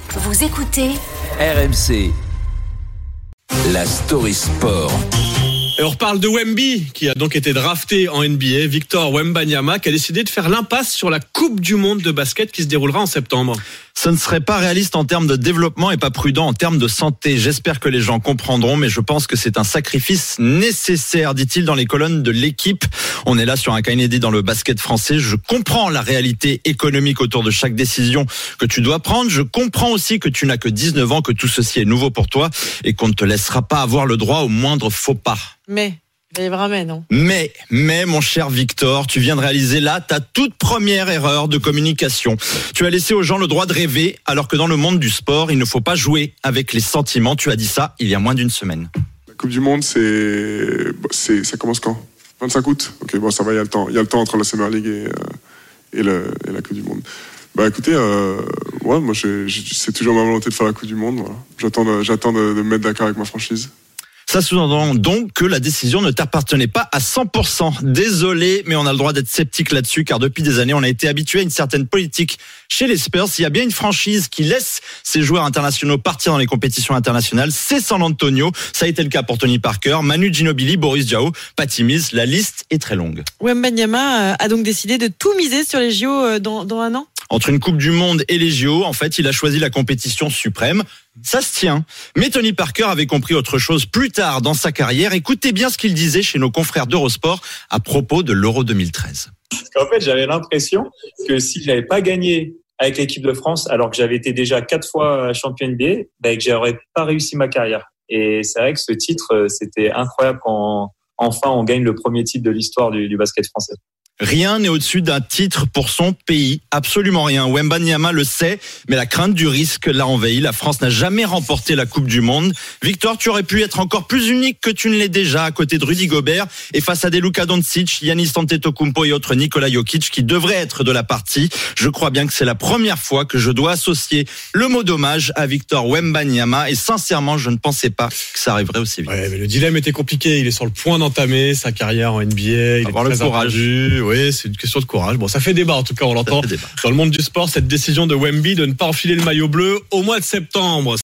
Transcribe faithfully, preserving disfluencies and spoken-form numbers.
Vous écoutez R M C, la story sport. Et on reparle de Wemby, qui a donc été drafté en N B A. Victor Wembanyama, qui a décidé de faire l'impasse sur la Coupe du Monde de basket qui se déroulera en septembre. Ce ne serait pas réaliste en termes de développement et pas prudent en termes de santé. J'espère que les gens comprendront, mais je pense que c'est un sacrifice nécessaire, dit-il dans les colonnes de l'équipe. On est là sur un cas inédit dans le basket français. Je comprends la réalité économique autour de chaque décision que tu dois prendre. Je comprends aussi que tu n'as que dix-neuf ans, que tout ceci est nouveau pour toi et qu'on ne te laissera pas avoir le droit au moindre faux pas. Mais... Il y aura mais, non. Mais, mais, mon cher Victor, tu viens de réaliser là ta toute première erreur de communication. Tu as laissé aux gens le droit de rêver, alors que dans le monde du sport, il ne faut pas jouer avec les sentiments. Tu as dit ça il y a moins d'une semaine. La Coupe du Monde, c'est, c'est ça commence quand ? vingt-cinq août ? Ok, bon, ça va, il y a le temps. Il y a le temps entre la Summer League et, euh, et, le, et la Coupe du Monde. Bah écoutez, euh, ouais, moi, j'ai, j'ai, c'est toujours ma volonté de faire la Coupe du Monde. Voilà. J'attends, de, j'attends de, de me mettre d'accord avec ma franchise. Ça sous-entend donc que la décision ne t'appartenait pas à cent pour cent. Désolé, mais on a le droit d'être sceptique là-dessus, car depuis des années, on a été habitué à une certaine politique chez les Spurs. Il y a bien une franchise qui laisse ses joueurs internationaux partir dans les compétitions internationales, c'est San Antonio. Ça a été le cas pour Tony Parker, Manu Ginobili, Boris Diaw, Patty Mills. La liste est très longue. Wembanyama a donc décidé de tout miser sur les J O dans, dans un an. Entre une Coupe du Monde et les J O, en fait, il a choisi la compétition suprême. Ça se tient. Mais Tony Parker avait compris autre chose plus tard dans sa carrière. Écoutez bien ce qu'il disait chez nos confrères d'Eurosport à propos de l'Euro deux mille treize. Parce qu'en fait, j'avais l'impression que si je n'avais pas gagné avec l'équipe de France, alors que j'avais été déjà quatre fois champion N B A, ben, que j'aurais pas réussi ma carrière. Et c'est vrai que ce titre, c'était incroyable quand enfin on gagne le premier titre de l'histoire du, du basket français. Rien n'est au-dessus d'un titre pour son pays. Absolument rien. Wembanyama le sait, mais la crainte du risque l'a envahi. La France n'a jamais remporté la Coupe du Monde. Victor, tu aurais pu être encore plus unique que tu ne l'es déjà à côté de Rudy Gobert et face à des Luka Doncic, Giannis Antetokounmpo et autres Nikola Jokic qui devraient être de la partie. Je crois bien que c'est la première fois que je dois associer le mot d'hommage à Victor Wembanyama et sincèrement, je ne pensais pas que ça arriverait aussi vite. Ouais, mais le dilemme était compliqué. Il est sur le point d'entamer sa carrière en N B A. Il avoir est le très courage. attendu. Oui, c'est une question de courage. Bon, ça fait débat en tout cas, on l'entend dans le monde du sport, cette décision de Wemby de ne pas enfiler le maillot bleu au mois de septembre.